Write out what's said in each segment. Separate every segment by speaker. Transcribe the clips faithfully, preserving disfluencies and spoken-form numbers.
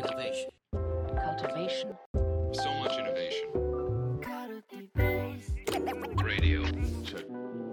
Speaker 1: Innovation.
Speaker 2: Cultivation.
Speaker 1: So much innovation. Radio. Check.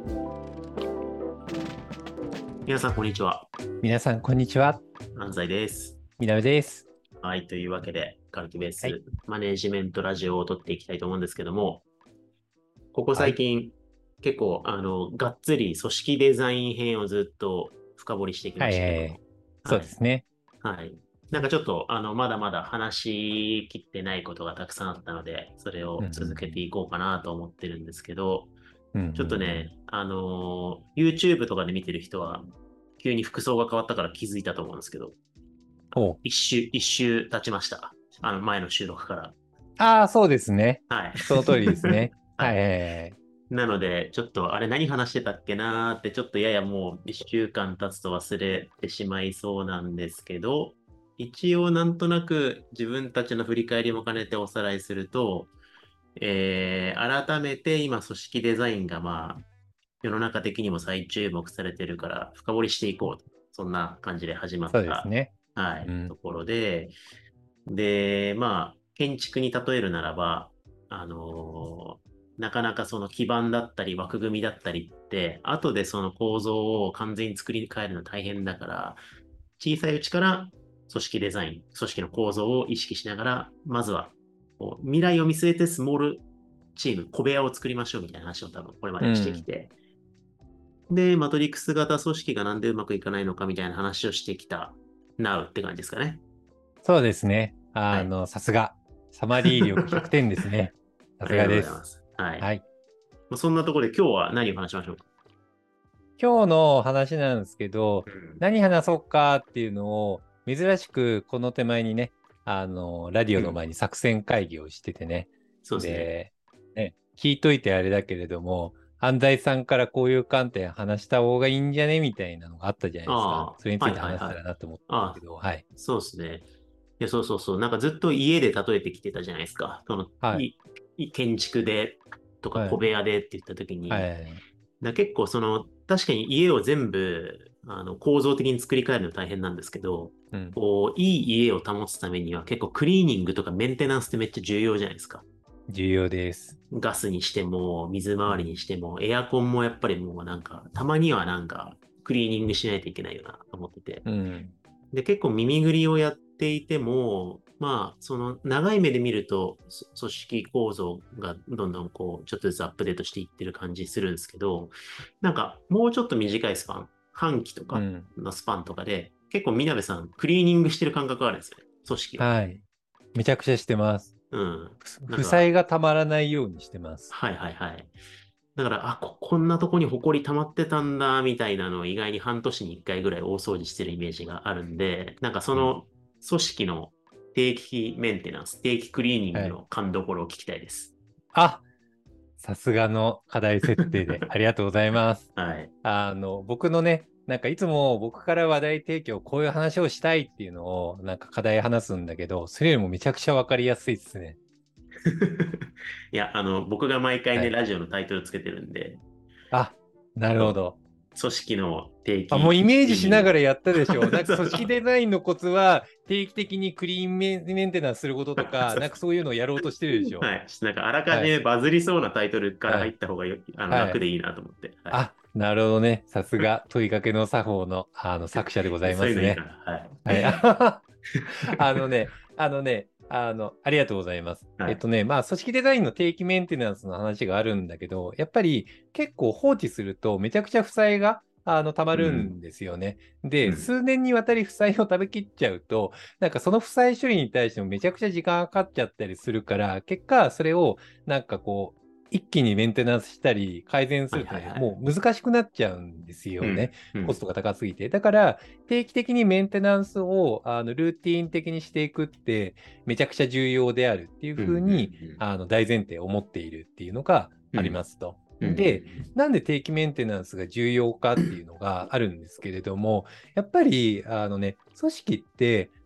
Speaker 3: 皆さん、こんにちは。
Speaker 4: 皆さん、こんにちは。
Speaker 3: 安西です。
Speaker 4: みなべです。
Speaker 3: はい、というわけで、カルティベース、
Speaker 4: はい
Speaker 3: マネジメントラジオを撮っていきたいと思うんですけども、ここ最近、結構、あの、がっつり組織デザイン編をずっと深掘りしてきましたけども、
Speaker 4: はいはいはいそうですね。
Speaker 3: はい。なんかちょっと、あの、まだまだ話しきってないことがたくさんあったので、それを続けていこうかなと思ってるんですけど、
Speaker 4: うんうん
Speaker 3: ちょっとね、あのー YouTube とかで見てる人は、急に服装が変わったから気づいたと思うんですけど、
Speaker 4: おう
Speaker 3: 一周、一周経ちました。あの、前の収録から。
Speaker 4: ああ、そうですね。
Speaker 3: はい。
Speaker 4: その通りですね。
Speaker 3: は
Speaker 4: はいいはいはい。
Speaker 3: なので、ちょっと、あれ何話してたっけなーって、ちょっとややもう一週間経つと忘れてしまいそうなんですけど、一応なんとなく自分たちの振り返りも兼ねておさらいすると、えー改めて今組織デザインがまあ、世の中的にも再注目されてるから深掘りしていこうと。そんな感じで始まっ
Speaker 4: そうです
Speaker 3: た、
Speaker 4: ね。
Speaker 3: はい、
Speaker 4: うん
Speaker 3: ところで、で、まあ、建築に例えるならば、あのーなかなかその基盤だったり枠組みだったりって、後でその構造を完全に作り変えるの大変だから、小さいうちから組織デザイン、組織の構造を意識しながら、まずはこう未来を見据えてスモールチーム、小部屋を作りましょうみたいな話を多分これまでしてきて、で、マトリックス型組織がなんでうまくいかないのかみたいな話をしてきた Now って感じですかね。
Speaker 4: そうですね。あの、さすが。サマリー力ひゃくてんですね。さすがです
Speaker 3: ありがとうございま。す。はい。
Speaker 4: はい。
Speaker 3: まあそんなところで今日は何を話しましょうか。
Speaker 4: 今日の話なんですけど、
Speaker 3: うん
Speaker 4: 何話そうかっていうのを、珍しくこの手前にね、あの、ラディオの前に作戦会議をしててね。
Speaker 3: そうですね。
Speaker 4: で、ね、聞いといてあれだけれども、安西さんからこういう観点話した方がいいんじゃねみたいなのがあったじゃないです
Speaker 3: ああ。
Speaker 4: か。それについて
Speaker 3: はいはいはい
Speaker 4: 話せたらなと思ったんですけど、はい。
Speaker 3: そうですね。いや、そうそうそう。なんかずっと家で例えてきてたじゃないですか。その、
Speaker 4: はい
Speaker 3: いい建築でとか
Speaker 4: はい
Speaker 3: 小部屋でって言った時に、
Speaker 4: はい。
Speaker 3: だ結構その、確かに家を全部あの構造的に作り変えるの大変なんですけど、
Speaker 4: うん。
Speaker 3: こう、いい家を保つためには結構クリーニングとかメンテナンスってめっちゃ重要じゃないですか。
Speaker 4: 重要です。
Speaker 3: ガスにしても、水回りにしても、エアコンもやっぱりもうなんか、たまにはなんか、クリーニングしないといけないよなと思ってて。
Speaker 4: うん。
Speaker 3: で、結構耳ぐりをやっていても、まあ、その長い目で見ると、そ組織構造がどんどんこう、ちょっとずつアップデートしていってる感じするんですけど、なんか、もうちょっと短いスパン、半期とか
Speaker 4: うん。
Speaker 3: のスパンとかで、結構みなべさん、クリーニングしてる感覚があるんですよね、組織を。
Speaker 4: はい。めちゃくちゃしてます。
Speaker 3: うん。なんか
Speaker 4: 負債がたまらないようにしてます。
Speaker 3: はいはいはい。だから、あ、こ、こんなとこに埃溜まってたんだ、みたいなのを意外に半年に一回ぐらい大掃除してるイメージがあるんで、なんかその組織の定期メンテナンス、定期クリーニングの勘どころを聞きたいです。
Speaker 4: あ、さすがの課題設定でありがとうございます。
Speaker 3: はい。
Speaker 4: あの、僕のね、なんかいつも僕から話題提供、こういう話をしたいっていうのを、なんか課題話すんだけど、それよりもめちゃくちゃわかりやすいですね。
Speaker 3: いや、あの、僕が毎回ね、
Speaker 4: はい
Speaker 3: ラジオのタイトルつけてるんで、
Speaker 4: あ、なるほど。
Speaker 3: 組織の定期。
Speaker 4: あ、もうイメージしなが
Speaker 3: ら。
Speaker 4: らやったでしょ。なんか
Speaker 3: そう
Speaker 4: 組織デザインのコツは定期的にクリーンメンメンテナンスすることとか、なんかそういうのをやろうとしてるでしょ。
Speaker 3: はい。なんかあらかじめバズりそうなタイトルから入った方がよ、あの
Speaker 4: はい
Speaker 3: 楽でいいなと思って。はい
Speaker 4: あ、なるほどね。さすが問いかけの作法の、あの作者でございますね
Speaker 3: そういうのいいか。な。はい。
Speaker 4: はい。あのね、あのね、あの、ありがとうございます。
Speaker 3: はい
Speaker 4: えっとね、まあ、組織デザインの定期メンテナンスの話があるんだけど、やっぱり結構放置するとめちゃくちゃ負債があの溜まるんですよね。で、
Speaker 3: うん
Speaker 4: 数年にわたり負債を食べきっちゃうと、なんかその負債処理に対してもめちゃくちゃ時間がかかっちゃったりするから、結果、それをなんかこう、一気にメンテナンスしたり改善するとね、
Speaker 3: はいはいはい
Speaker 4: もう難しくなっちゃうんですよね。
Speaker 3: うん
Speaker 4: コストが高すぎて。だから、定期的にメンテナンスをあのルーティーン的にしていくって、めちゃくちゃ重要であるっていうふうに、
Speaker 3: うんうんうん
Speaker 4: あの大前提を持っているっていうのがありますと。
Speaker 3: うん
Speaker 4: で、なんで定期メンテナンスが重要かっていうのがあるんですけれども、やっぱり、あのね、組織って、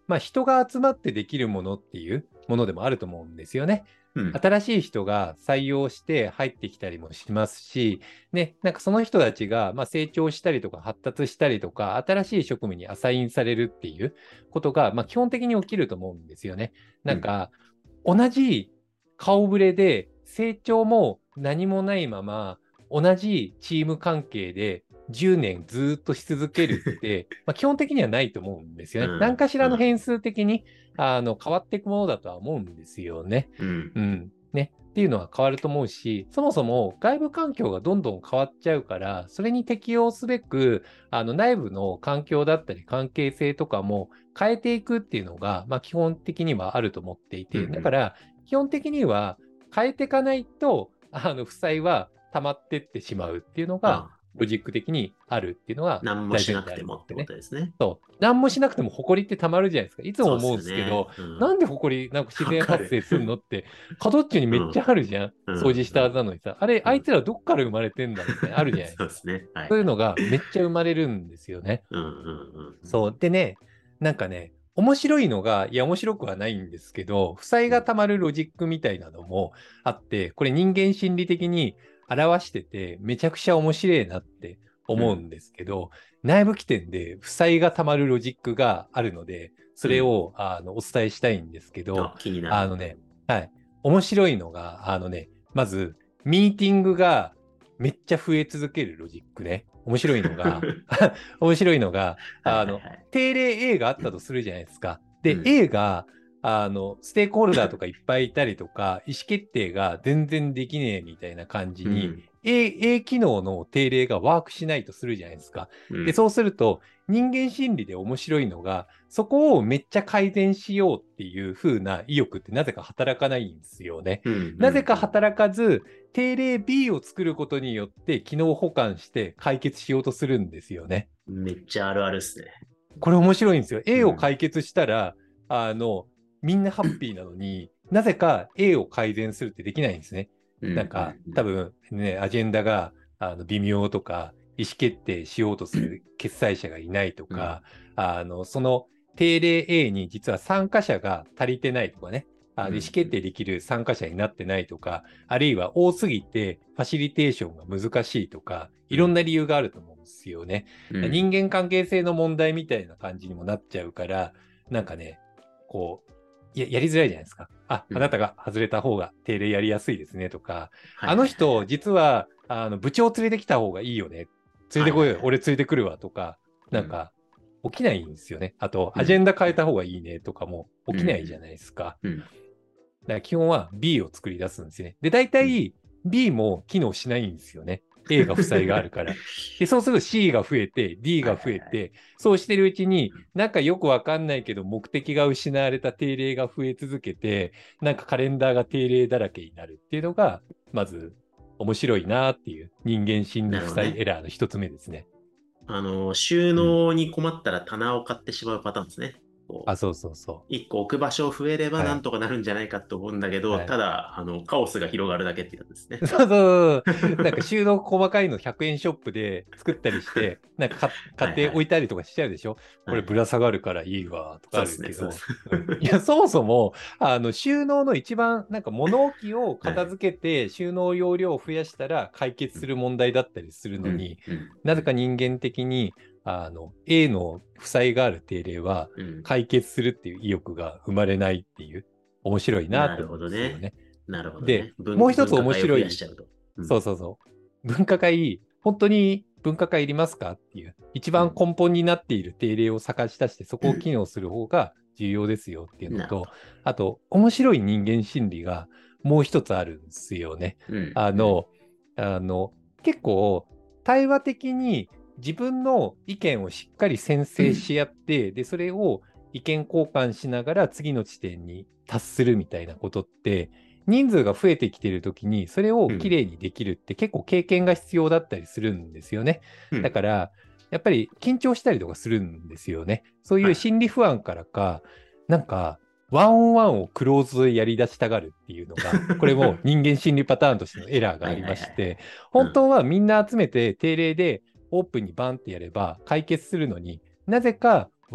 Speaker 4: まあ、人が集まってできるものっていうものでもあると思うんですよね。
Speaker 3: うん。
Speaker 4: 新しい人が採用して入ってきたりもしますし、ね、なんかその人たちがまあ成長したりとか発達したりとか、新しい職務にアサインされるっていうことがまあ基本的に起きると思うんですよね。なんか同じ顔ぶれで成長も何もないまま同じチーム関係でじゅうねんずっとし続けるって、まあ、基本的にはないと思うんですよね。
Speaker 3: うん
Speaker 4: 何かしらの変数的にあの変わっていくものだとは思うんですよね。
Speaker 3: うん。
Speaker 4: うんね、っていうのは変わると思うし、そもそも外部環境がどんどん変わっちゃうから、それに適応すべく、あの内部の環境だったり関係性とかも変えていくっていうのが、まあ、基本的にはあると思っていて、
Speaker 3: うんうん
Speaker 4: だから基本的には変えていかないと、あの負債は溜まってってしまうっていうのが、
Speaker 3: あ
Speaker 4: ロジック的にあるっていうのが
Speaker 3: 何もしなくてもってことですね。
Speaker 4: そう。何もしなくても埃って溜まるじゃないですか。いつも思うんですけど、
Speaker 3: そうっすよねうん
Speaker 4: なんで埃なんか自然発生するのって、角っちょにめっちゃあるじゃん。
Speaker 3: うん
Speaker 4: 掃除したはずなのにさ。あれ、あいつらどっから生まれてんだみたいな、あるじゃないですか。
Speaker 3: そうですね。はい。
Speaker 4: そういうのがめっちゃ生まれるんですよね。
Speaker 3: うんうんうん。
Speaker 4: そう。でね、なんかね、面白いのが、いや、面白くはないんですけど、負債が溜まるロジックみたいなのもあって、これ人間心理的に表してて、めちゃくちゃ面白いなって思うんですけど、内部起点で負債が溜まるロジックがあるので、それを、あのお伝えしたいんですけど、
Speaker 3: あ、気になる。
Speaker 4: あのね、はい。面白いのが、あのね、まず、ミーティングがめっちゃ増え続けるロジックね。面白いのが、面白いのが、あの、
Speaker 3: はいはいはい
Speaker 4: 定例 A があったとするじゃないですか。で、
Speaker 3: うん
Speaker 4: A が、あの、ステークホルダーとかいっぱいいたりとか、意思決定が全然できねえみたいな感じに、
Speaker 3: うん
Speaker 4: A、A 機能の定例がワークしないとするじゃないですか。
Speaker 3: うん
Speaker 4: で、そうすると、人間心理で面白いのが、そこをめっちゃ改善しようっていう風な意欲ってなぜか働かないんですよね。
Speaker 3: うん
Speaker 4: なぜか働かず、定例 B を作ることによって機能保管して解決しようとするんですよね。
Speaker 3: めっちゃあるあるっすね。
Speaker 4: これ面白いんですよ。A
Speaker 3: うん
Speaker 4: を解決したら、あの、みんなハッピーなのになぜか A を改善するってできないんですね。なんか、多分ね、アジェンダがあの微妙とか、意思決定しようとする決裁者がいないとか、あのその定例 A に実は参加者が足りてないとかね、あの意思決定できる参加者になってないとか、あるいは多すぎてファシリテーションが難しいとか、いろんな理由があると思うんですよね。
Speaker 3: うん
Speaker 4: 人間関係性の問題みたいな感じにもなっちゃうから、なんかね、こう、ややりづらいじゃないですか。あ、
Speaker 3: うん
Speaker 4: あなたが外れた方が定例やりやすいですねとか、
Speaker 3: はい
Speaker 4: あの人、実はあの部長連れてきた方がいいよね。連れてこいよ、
Speaker 3: はいはいはい
Speaker 4: 俺連れてくるわとか、なんか起きないんですよね。あと、
Speaker 3: うん
Speaker 4: アジェンダ変えた方がいいねとかも起きないじゃないですか。
Speaker 3: うん
Speaker 4: だから基本は B を作り出すんですよね。で、大体 B も機能しないんですよね。A が負債があるから。で、そうすると C が増えて、D が増え
Speaker 3: はいはい
Speaker 4: て、そうしてるうちに、なんかよくわかんないけど、目的が失われた定例が増え続けて、なんかカレンダーが定例だらけになるっていうのが、まず面白いなっていう人間心理負債エラーの一つ目ですね。
Speaker 3: あの、収納に困ったら棚を買ってしまうパターンですね。こう
Speaker 4: あ、そうそうそう。
Speaker 3: 一個置く場所増えれば
Speaker 4: はい
Speaker 3: なんとかなるんじゃないかと思うんだけど、
Speaker 4: はい
Speaker 3: ただ、あの、カオスが広がるだけってやつですね。
Speaker 4: そうそうそう。なんか収納細かいのひゃくえんショップで作ったりして、なんか買買って置いたりとかしちゃうでしょ。これぶら下がるからいいわとかあるけど。
Speaker 3: そうですね
Speaker 4: うんいや、そもそも、あの、収納の一番、なんか物置を片付けて収納容量を増やしたら解決する問題だったりするのに、
Speaker 3: うんうん
Speaker 4: なぜか人間的に、あの、A の負債がある定例は
Speaker 3: うん
Speaker 4: 解決するっていう意欲が生まれないっていう、面白いなって思うんですよ
Speaker 3: なるほど
Speaker 4: ね。
Speaker 3: なるほど
Speaker 4: で
Speaker 3: ね。文
Speaker 4: もう一つ
Speaker 3: 文化会を
Speaker 4: 面白い
Speaker 3: 増やしちゃうとうん
Speaker 4: そうそうそう。分科会、本当に分科会いりますかっていう、一番根本になっている定例を探し出して、そこを機能する方が重要ですよっていうのと
Speaker 3: なるほ、
Speaker 4: あと、面白い人間心理がもう一つあるんですよね。
Speaker 3: うん
Speaker 4: あの、あの、結構、対話的に自分の意見をしっかり宣誓し合って、で、それを意見交換しながら次の地点に達するみたいなことって、人数が増えてきているときに、それをきれいにできるって結構経験が必要だったりするんですよね。
Speaker 3: うん
Speaker 4: だから、やっぱり緊張したりとかするんですよね。そういう心理不安からか、なんか、ワンオンワンをクローズでやり出したがるっていうのが、これも人間心理パターンとしてのエラーがありまし
Speaker 3: はいはい
Speaker 4: て、本当はみんな集めて定例でオープンにバンってやれば解決するのになぜか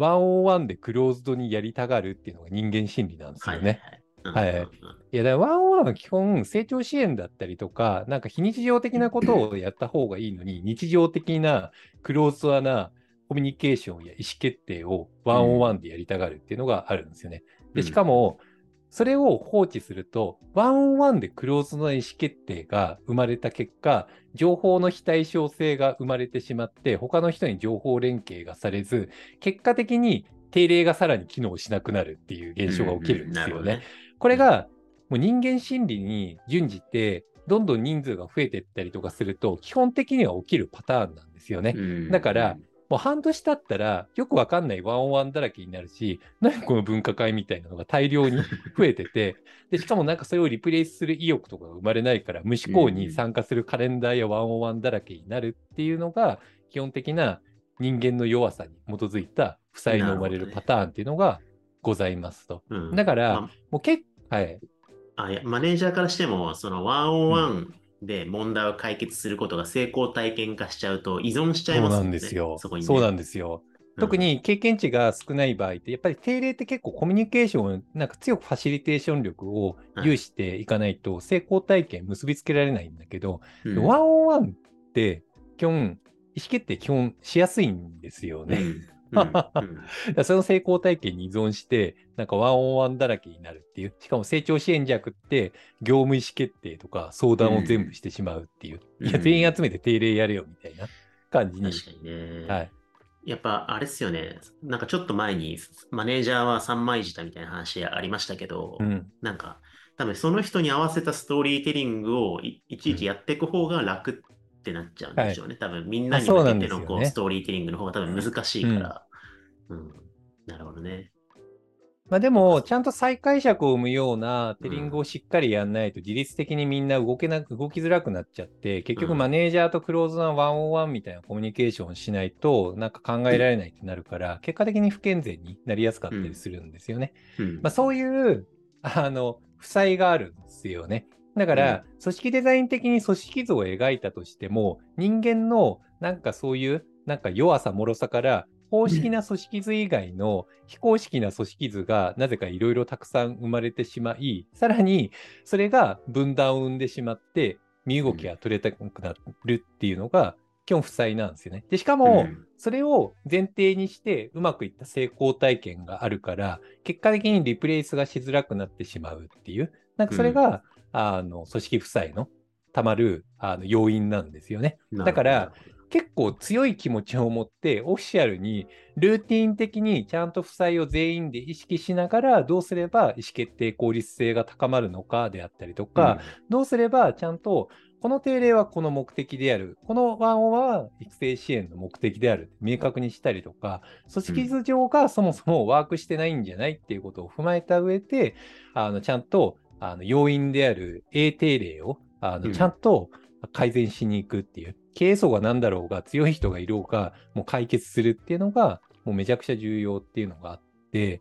Speaker 4: ワンオンワンでクローズドにやりたがるっていうのが人間心理なんですよね。はい。いや、だからワンオンワンは基本成長支援だったりとか、なんか非日常的なことをやった方がいいのに、日常的なクローズドなコミュニケーションや意思決定をワンオンワンでやりたがるっていうのがあるんですよね。で、しかも、それを放置すると、ワンオンワンでクローズドな意思決定が生まれた結果、情報の非対称性が生まれてしまって、他の人に情報連携がされず、結果的に定例がさらに機能しなくなるっていう現象が起きるんですよね。これがもう人間心理に準じて、どんどん人数が増えていったりとかすると、基本的には起きるパターンなんですよね。だから、もう半年経ったら、よくわかんないワンオンワンだらけになるし、何この分科会みたいなのが大量に増えてて、でしかもなんかそれをリプレイスする意欲とかが生まれないから、無思考に参加するカレンダーやワンオンワンだらけになるっていうのが、基本的な人間の弱さに基づいた負債の生まれるパターンっていうのがございますと。ね、だから、まあ、もう結構、はい。
Speaker 3: あ、いや、マネージャーからしても、そのワンオンワンで問題を解決することが成功体験化しちゃうと依存しちゃいますよね。
Speaker 4: そうなんですよ。
Speaker 3: そこにね。
Speaker 4: そうなんですよ。特に経験値が少ない場合って、やっぱり定例って結構コミュニケーション、なんか強くファシリテーション力を有していかないと成功体験結びつけられないんだけど、うん、ワンオンワンって基本、意思決定基本しやすいんですよね。うんうんうん、その成功体験に依存して、なんかワンオンワンだらけになるっていう、しかも成長支援じゃなくって、業務意思決定とか相談を全部してしまうっていう、うん、いや、全員集めて定例やれよみたいな感じに。
Speaker 3: 確かにね。
Speaker 4: はい。
Speaker 3: やっぱあれですよね。なんかちょっと前にマネージャーは三枚舌みたいな話ありましたけど、うん、なんか多分その人に合わせたストーリーテリングを い, いちいちやっていく方が楽ってなっちゃうんでしょうね。はい、多分みんなに向けてのこう、ね、ストーリーテリングの方が多分難しいから。うんうん、なるほどね。
Speaker 4: まあでも、ちゃんと再解釈を生むようなテリングをしっかりやんないと、自律的にみんな動けなく、動きづらくなっちゃって、結局マネージャーとクローズなワンオンワンみたいなコミュニケーションをしないと、なんか考えられないってなるから、結果的に不健全になりやすかったりするんですよね。うん、まあそういう、あの、負債があるんですよね。だから、組織デザイン的に組織図を描いたとしても、人間のなんかそういう、なんか弱さ、脆さから、公式な組織図以外の非公式な組織図がなぜかいろいろたくさん生まれてしまい、さらにそれが分断を生んでしまって、身動きが取れたくなるっていうのが基本負債なんですよね。で、しかも、それを前提にしてうまくいった成功体験があるから、結果的にリプレイスがしづらくなってしまうっていう、なんかそれが、うん、あの組織負債のたまるあの要因なんですよね。だから、結構強い気持ちを持ってオフィシャルにルーティン的にちゃんと負債を全員で意識しながらどうすれば意思決定効率性が高まるのかであったりとか、うん、どうすればちゃんとこの定例はこの目的である、このワンオンは育成支援の目的である明確にしたりとか、組織図上がそもそもワークしてないんじゃないっていうことを踏まえた上で、あのちゃんとあの要因である A 定例をあのちゃんと改善しに行くっていう、うん、経営層が何だろうが強い人がいろうがもう解決するっていうのがもうめちゃくちゃ重要っていうのがあって、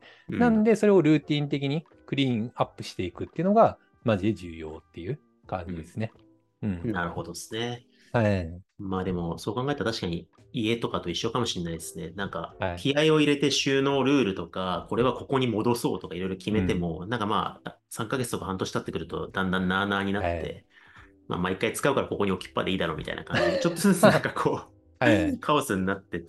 Speaker 4: うん、なんでそれをルーティン的にクリーンアップしていくっていうのがマジで重要っていう感じですね。
Speaker 3: うんうん、なるほどですね。
Speaker 4: はい。
Speaker 3: まあでもそう考えたら確かに家とかと一緒かもしれないですね。なんか気合を入れて収納ルールとか、これはここに戻そうとかいろいろ決めても、うん、なんかまあさんかげつとか半年経ってくるとだんだんなーなーになって、はいまあ、毎回使うからここに置きっぱでいいだろうみたいな感じで、ちょっとずつなんかこう、はい、カオスになってって、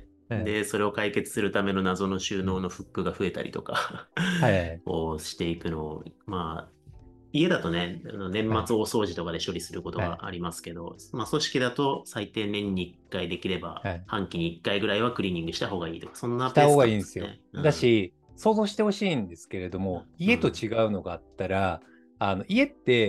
Speaker 3: はい、で、それを解決するための謎の収納のフックが増えたりとか、はい、こうしていくのを、まあ、家だとね、年末大掃除とかで処理することがありますけど、はい、まあ、組織だと最低年にいっかいできれば、はい、半期にいっかいぐらいはクリーニングした方がいいとか、そんなペース感ですね。
Speaker 4: した方がいいんですよ。うん、だし、想像してほしいんですけれども、家と違うのがあったら、うん、あの家って、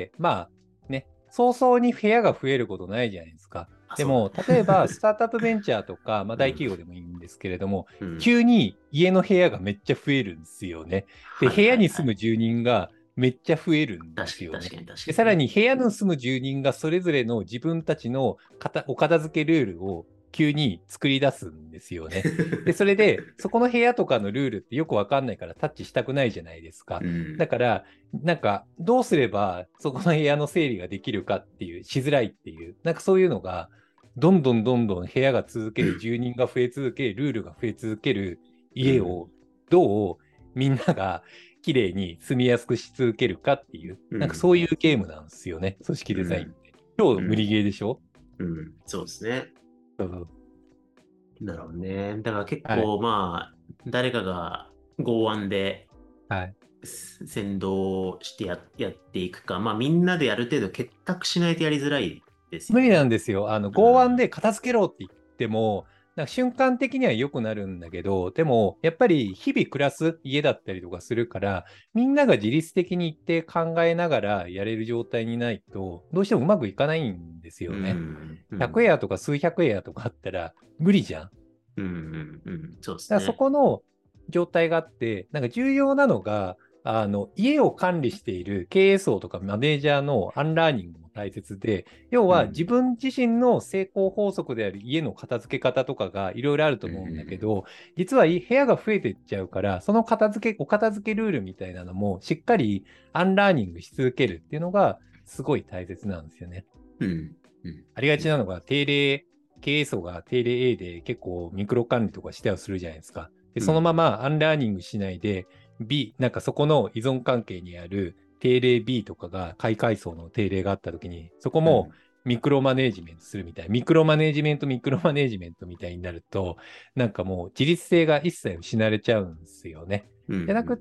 Speaker 4: まあ、ね、早々に部屋が増えることないじゃないですか。でも、ね、例えばスタートアップベンチャーとか、まあ、大企業でもいいんですけれども、うん、急に家の部屋がめっちゃ増えるんですよね。で、部屋に住む住人がめっちゃ増えるんですよね。で、さらに部屋に住む住人がそれぞれの自分たちのお片付けルールを急に作り出すんですよね。で、それで、そこの部屋とかのルールってよくわかんないからタッチしたくないじゃないですか。うん、だから、なんか、どうすればそこの部屋の整理ができるかっていう、しづらいっていう、なんかそういうのが、どんどんどんどん部屋が続ける、住人が増え続け、ルールが増え続ける家をどうみんなが綺麗に住みやすくし続けるかっていう、
Speaker 3: うん
Speaker 4: なんかそういうゲームなんですよね、組織デザインって。超無理ゲーでしょ、
Speaker 3: うん、そうですね。
Speaker 4: そうそう
Speaker 3: なるほどね。だから結
Speaker 4: はい。
Speaker 3: 構まあ、誰かが剛腕で
Speaker 4: はい。
Speaker 3: す先導してや、やっていくか、まあみんなである程度結託しないとやりづらいですよ
Speaker 4: 無理なん
Speaker 3: ね。
Speaker 4: ですよ。あの、
Speaker 3: うん。
Speaker 4: 剛腕で片付けろって言っても、なんか瞬間的には良くなるんだけど、でも、やっぱり日々暮らす家だったりとかするから、みんなが自律的に行って考えながらやれる状態にないと、どうしてもうまくいかないんです
Speaker 3: う
Speaker 4: よね。
Speaker 3: ん。う
Speaker 4: ひゃく
Speaker 3: ん。
Speaker 4: エアとか数百エアとかあったら無理じゃん。だか
Speaker 3: うん。うん。うん。そうです
Speaker 4: らそ
Speaker 3: ね。
Speaker 4: この状態があって、なんか重要なのが、あの、家を管理している経営層とかマネージャーのアンラーニングも大切で、要は自
Speaker 3: うん。
Speaker 4: 分自身の成功法則である家の片付け方とかがいろいろあると
Speaker 3: うん。
Speaker 4: 思うんだけど、実は部屋が増えていっちゃうから、その片付け、お片付けルールみたいなのもしっかりアンラーニングし続けるっていうのがすごい大切なんですよね。
Speaker 3: うん。うん。
Speaker 4: ありがちなのが定例、経営層が定例 A で結構ミクロ管理とかしてはするじゃないですか。で、そのままアンラーニングしないで B、なんかそこの依存関係にある定例 B とかが買い階層の定例があったときに、そこもミクロマネージメントするみたい。ミクロマネージメント、ミクロマネージメントみたいになると、なんかもう自律性が一切失われちゃうんですよね。
Speaker 3: うん。
Speaker 4: じゃなくって、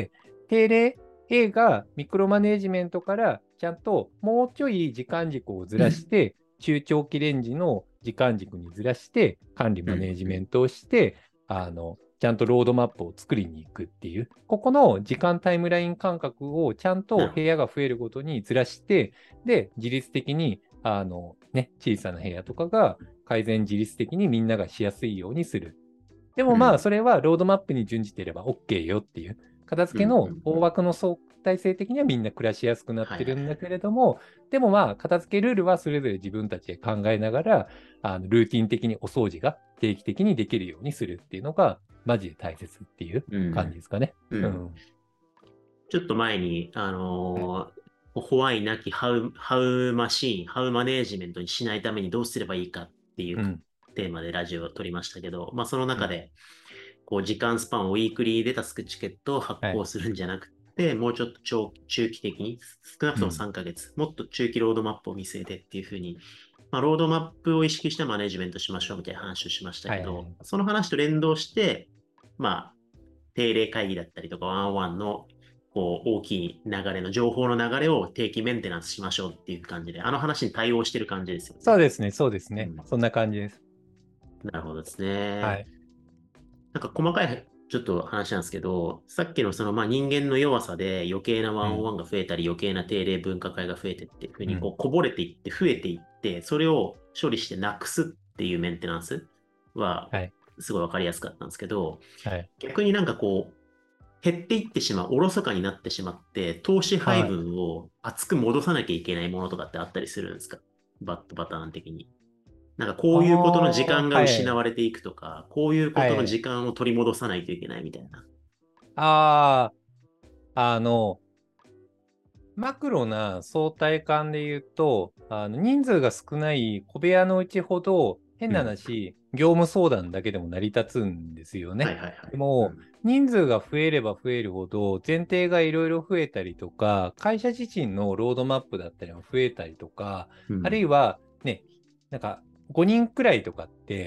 Speaker 4: 定例 A がミクロマネージメントからちゃんともうちょい時間軸をずらして、中長期レンジの時間軸にずらして管理マネージメントをして、あの、ちゃんとロードマップを作りに行くっていう、ここの時間タイムライン感覚をちゃんと部屋が増えるごとにずらして、で、自律的に、あの、ね、小さな部屋とかが改善自律的にみんながしやすいようにする。でもまあ、それはロードマップに準じていれば OK よっていう。片付けの大枠の相対性的にはみんな暮らしやすくなってるんだけれども、でもまあ、片付けルールはそれぞれ自分たちで考えながら、あのルーティン的にお掃除が定期的にできるようにするっていうのが、マジで大切っていう感じですかね。
Speaker 3: うん。
Speaker 4: うん。
Speaker 3: ちょっと前に、あのーホワイなきハウ、ハウマシーン、ハウマネージメントにしないためにどうすればいいかっていう
Speaker 4: うん。
Speaker 3: テーマでラジオを撮りましたけど、まあその中
Speaker 4: うん。
Speaker 3: で、こう時間スパンをウィークリーでタスクチケットを発
Speaker 4: はい。
Speaker 3: 行するんじゃなくて、もうちょっと長中期的に、少なくとも
Speaker 4: うん。
Speaker 3: さんかげつ、もっと中期ロードマップを見据えてっていうふうに、まあ、ロードマップを意識してマネジメントしましょうみたいな話をしました
Speaker 4: はいはいは
Speaker 3: けど、
Speaker 4: い。
Speaker 3: その話と連動して、まあ、定例会議だったりとか、ワンオンワンのこう大きい流れの情報の流れを定期メンテナンスしましょうっていう感じで、あの話に対応してる感じですよね。
Speaker 4: そうですね、そうですね。
Speaker 3: うん。
Speaker 4: そんな感じです。
Speaker 3: なるほどですね。
Speaker 4: はい。
Speaker 3: なんか細かいちょっと話なんですけど、さっきのそのまあ人間の弱さで余計なワ
Speaker 4: うん。
Speaker 3: ンオンワンが増えたり余計な定例分科会が増えてっていうふう
Speaker 4: うん。
Speaker 3: にこうこぼれていって増えていって、それを処理してなくすっていうメンテナンスは
Speaker 4: はい。
Speaker 3: すごいわかりやすかったんですけど、
Speaker 4: はい。
Speaker 3: 逆になんかこう減っていってしまう、おろそかになってしまって、投資配
Speaker 4: はい。
Speaker 3: 分を厚く戻さなきゃいけないものとかってあったりするんですか？バットパターン的に。なんかこ
Speaker 4: あ
Speaker 3: ういうことの時
Speaker 4: あ、
Speaker 3: 間が
Speaker 4: はい。
Speaker 3: 失われていくとか、こういうことの
Speaker 4: はい。
Speaker 3: 時間を取り戻さないといけないみたいな。
Speaker 4: ああ、あの、マクロな相対感で言うと、あの人数が少ない小部屋のうちほど、変な
Speaker 3: うん。
Speaker 4: 話、業務相談だけでも成り立つんですよね。
Speaker 3: はいはいはい。う
Speaker 4: でも、
Speaker 3: ん。
Speaker 4: 人数が増えれば増えるほど、前提がいろいろ増えたりとか、会社自身のロードマップだったりも増えたりとか、ある
Speaker 3: うん。
Speaker 4: いはね、なんかごにんくらいとかって、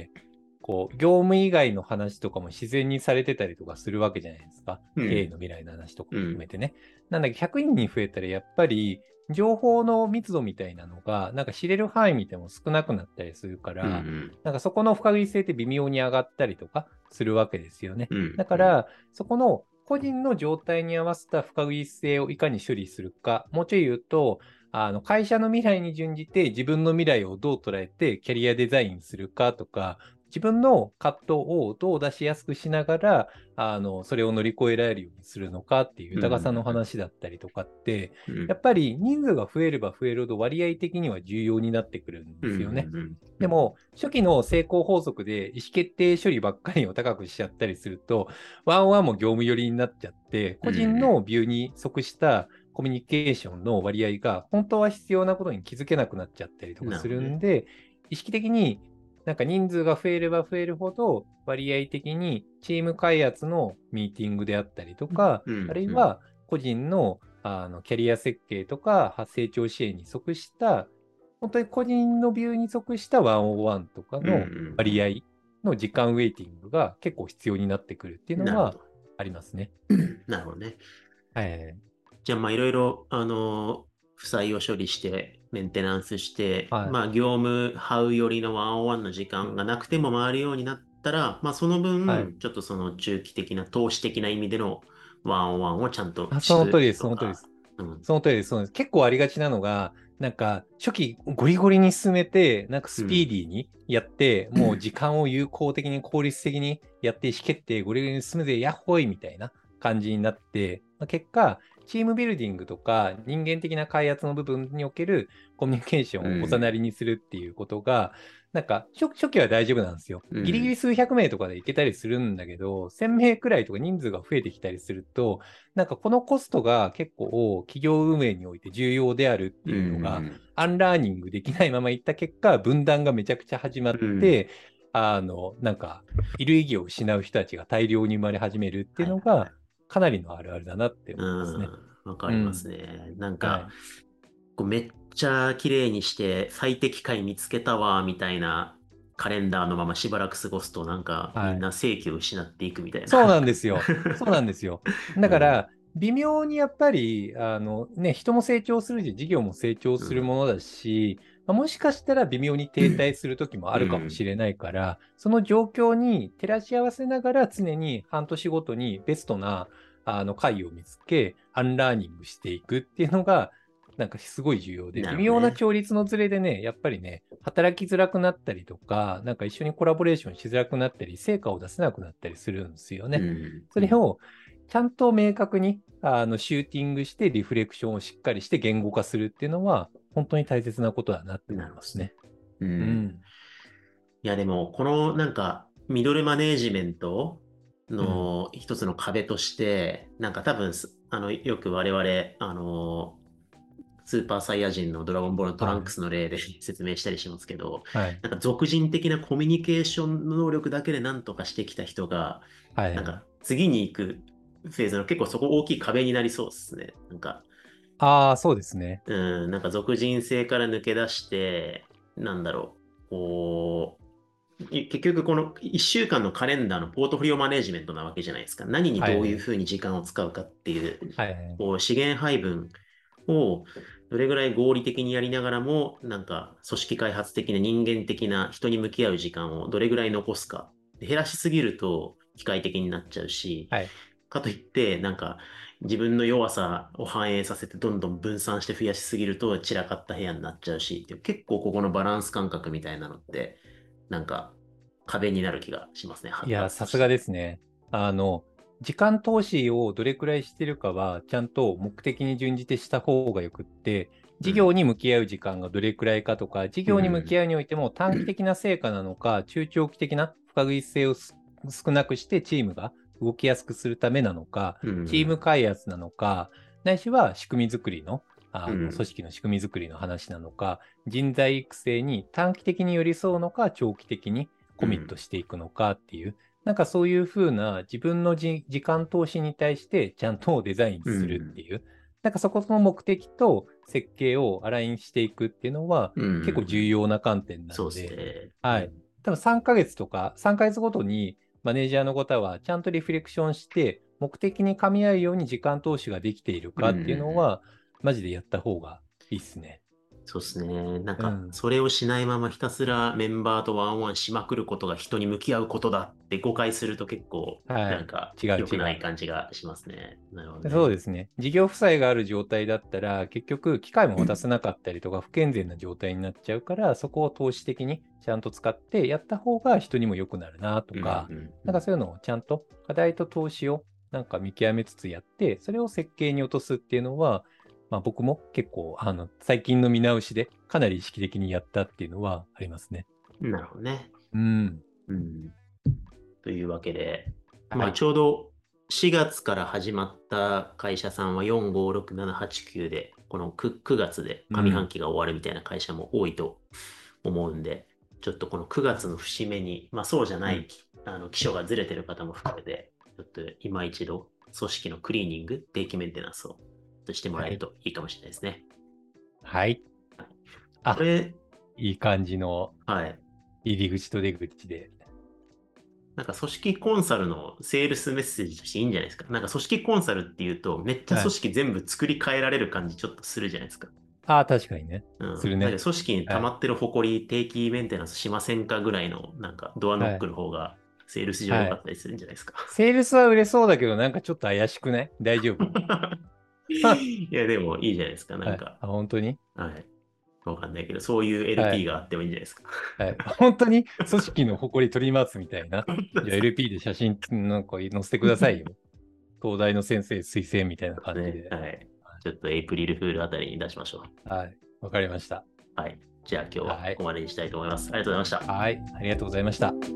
Speaker 4: こう、業務以外の話とかも自然にされてたりとかするわけじゃないですか。経営
Speaker 3: うん。
Speaker 4: の未来の話とか
Speaker 3: うん。
Speaker 4: も含めてね。なんだけど、ひゃくにんに増えたら、やっぱり、情報の密度みたいなのが、なんか知れる範囲見ても少なくなったりするか
Speaker 3: うん。う
Speaker 4: ら、
Speaker 3: ん。
Speaker 4: なんかそこの不確実性って微妙に上がったりとかするわけですよね。
Speaker 3: うん。うん。
Speaker 4: だから、そこの個人の状態に合わせた不確実性をいかに処理するか、もうちょい言うと、あの会社の未来に準じて自分の未来をどう捉えてキャリアデザインするかとか、自分の葛藤をどう出しやすくしながら、あの、それを乗り越えられるようにするのかっていう
Speaker 3: うん。
Speaker 4: 豊さんの話だったりとかって、
Speaker 3: うん。
Speaker 4: やっぱり人数が増えれば増えるほど割合的には重要になってくるん
Speaker 3: うん。
Speaker 4: ですよね。
Speaker 3: うん。
Speaker 4: でも、初期の成功法則で意思決定処理ばっかりを高くしちゃったりすると、ワンワンも業務寄りになっちゃって、個人のビューに即したコミュニケーションの割合が本当は必要なことに気づけなくなっちゃったりとかす
Speaker 3: なるほどね。
Speaker 4: るんで、意識的になんか人数が増えれば増えるほど、割合的にチーム開発のミーティングであったりとか、
Speaker 3: うん、
Speaker 4: あるいは個人の、あのキャリア設計とか成長支援に即した、本当に個人のビューに即したワンオンワンとかの割合の時間ウェイティングが結構必要になってくるっていうのはありますね。
Speaker 3: なるほどね。
Speaker 4: はい。
Speaker 3: じゃあ、まあ、いろいろ、あの、負債を処理して、メンテナンスして、
Speaker 4: はい、
Speaker 3: まあ、業務ハウ寄りのワンオンワンの時間がなくても回るようになったら、まあ、その分、
Speaker 4: はい、
Speaker 3: ちょっとその中期的な、投資的な意味でのワンオンワンをちゃんと
Speaker 4: あ、
Speaker 3: する
Speaker 4: その通りです、そ
Speaker 3: とか。
Speaker 4: の通りです。
Speaker 3: うん、
Speaker 4: その通りです、そうです。結構ありがちなのが、なんか初期ゴリゴリに進めて、なんかスピーディーにやって、うん、もう時間を有効的に効率的にやって意思決定ゴリゴリに進めて、やっほいみたいな感じになって、まあ、結果、チームビルディングとか人間的な開発の部分におけるコミュニケーションをおざなりにするっていうことが、うん、なんか初初期は大丈夫なんですよ。ギリギリ数百名とかでいけたりするんだけど、せん名くらいとか人数が増えてきたりすると、なんかこのコストが結構企業運営において重要であるっていうのが、うん、アンラーニングできないままいった結果、分断がめちゃくちゃ始まって、うん、あの、なんか、いる意義を失う人たちが大量に生まれ始めるっていうのが、かなりのあるあるだなって思いますね。
Speaker 3: わ、うん、かりますね。うん、なんか、
Speaker 4: はい、
Speaker 3: こうめっちゃ綺麗にして最適解見つけたわ、みたいなカレンダーのまましばらく過ごすと、なんかみんな正気を失っていくみたいな。はい、
Speaker 4: そうなんですよ。そうなんですよ。だから、うん、微妙にやっぱり、あのね、人も成長するし、事業も成長するものだし、うん、もしかしたら微妙に停滞する時もあるかもしれないから、うん、その状況に照らし合わせながら常に半年ごとにベストなあの回を見つけ、アンラーニングしていくっていうのが、なんかすごい重要で、微妙な調律のズレでね、やっぱりね、働きづらくなったりとか、なんか一緒にコラボレーションしづらくなったり、成果を出せなくなったりするんですよね。うん、それをちゃんと明確にあのシューティングしてリフレクションをしっかりして言語化するっていうのは、本当に大切なことだなって思いますね。
Speaker 3: うんうん、いや、でも、このなんか、ミドルマネージメントの一つの壁として、うん、なんか多分、あの、よく我々、あの、スーパーサイヤ人のドラゴンボールのトランクスの例で、はい、説明したりしますけど、はい、なんか俗人的なコミュニケーション能力だけで何とかしてきた人が、はい、なんか次に行くフェーズの結構そこ大きい壁になりそうですね。なんか、
Speaker 4: ああ、そうですね。
Speaker 3: うん、なんか俗人性から抜け出して、なんだろう、こう、結局このいっしゅうかんのカレンダーのポートフォリオマネジメントなわけじゃないですか。何にどういうふうに時間を使うかっていう、はい、こう資源配分をどれぐらい合理的にやりながらも、なんか組織開発的な人間的な人に向き合う時間をどれぐらい残すか。減らしすぎると機械的になっちゃうし、はい、かといって、なんか自分の弱さを反映させてどんどん分散して増やしすぎると散らかった部屋になっちゃうし、結構ここのバランス感覚みたいなのって、なんか壁になる気がしますね。
Speaker 4: いや、さすがですね。あの、時間投資をどれくらいしてるかは、ちゃんと目的に準じてした方がよくって、事業に向き合う時間がどれくらいかとか、うん、事業に向き合うにおいても短期的な成果なのか、うん、中長期的な不確実性を少なくしてチームが動きやすくするためなのか、うん、チーム開発なのか、ないしは仕組み作りの、あの組織の仕組み作りの話なのか、人材育成に短期的に寄り添うのか、長期的にコミットしていくのかっていう、うん、なんかそういうふうな自分の時間投資に対してちゃんとデザインするっていう、うん、なんかそこの目的と設計をアラインしていくっていうのは結構重要な観点なので、うん、そうですね。はい。多分さんかげつとかさんかげつごとにマネージャーの方はちゃんとリフレクションして目的に噛み合うように時間投資ができているかっていうのは、うん、マジでやった方がいいですね。
Speaker 3: そうですね。なんか、それをしないままひたすらメンバーとワンワンしまくることが人に向き合うことだって誤解すると結構、なんか、良くない感じがしますね。なるほどね。
Speaker 4: そうですね。事業負債がある状態だったら、結局、機械も渡せなかったりとか、不健全な状態になっちゃうから、そこを投資的にちゃんと使ってやった方が人にも良くなるなとか、うんうんうん、なんかそういうのをちゃんと課題と投資をなんか見極めつつやって、それを設計に落とすっていうのは、まあ、僕も結構あの最近の見直しでかなり意識的にやったっていうのはありますね。
Speaker 3: なるほどね。
Speaker 4: うん。
Speaker 3: うん、というわけで、はい、まあ、ちょうどしがつから始まった会社さんはよん、ご、ろく、なな、はち、きゅうで、この 9, 9月で上半期が終わるみたいな会社も多いと思うんで、 ちょっとこのくがつの節目に、まあそうじゃない、
Speaker 4: うん
Speaker 3: あの、基礎がずれてる方も含めて、ちょっと今一度、組織のクリーニング、定期メンテナンスをしてもらえるといいかもしれないですね。
Speaker 4: はい。あ
Speaker 3: こ、れ、
Speaker 4: いい感じの
Speaker 3: はい。
Speaker 4: 入り口と出口で。
Speaker 3: なんか組織コンサルのセールスメッセージとしていいんじゃないですか。なんか組織コンサルっていうと、めっちゃ組織全部作り変えられる感じちょっとするじゃないですか。
Speaker 4: ああ、確かにね。
Speaker 3: うん。
Speaker 4: するね
Speaker 3: なんか組織に溜まってる埃、定期メンテナンスしませんかぐらいの、なんかドアノックの方がセールス上良かったりするんじゃないですか。
Speaker 4: セールスは売れそうだけど、なんかちょっと怪しくない？大丈夫？
Speaker 3: いや、でもいいじゃないですか。なんか、
Speaker 4: はい、あ、本当に？
Speaker 3: はい。わかんないけど、そういう エルピー があってもいいんじゃないですか。
Speaker 4: はい、本当に組織の誇り取りますみたいな。じゃあ エルピー で写真なんか載せてくださいよ。東大の先生推薦みたいな感じで。
Speaker 3: ね、はい。ちょっとエイプリルフールあたりに出しましょう。
Speaker 4: はい。わかりました。
Speaker 3: はい。じゃあ今日はここまでにしたいと思います。ありがとうございました。
Speaker 4: はい。ありがとうございました。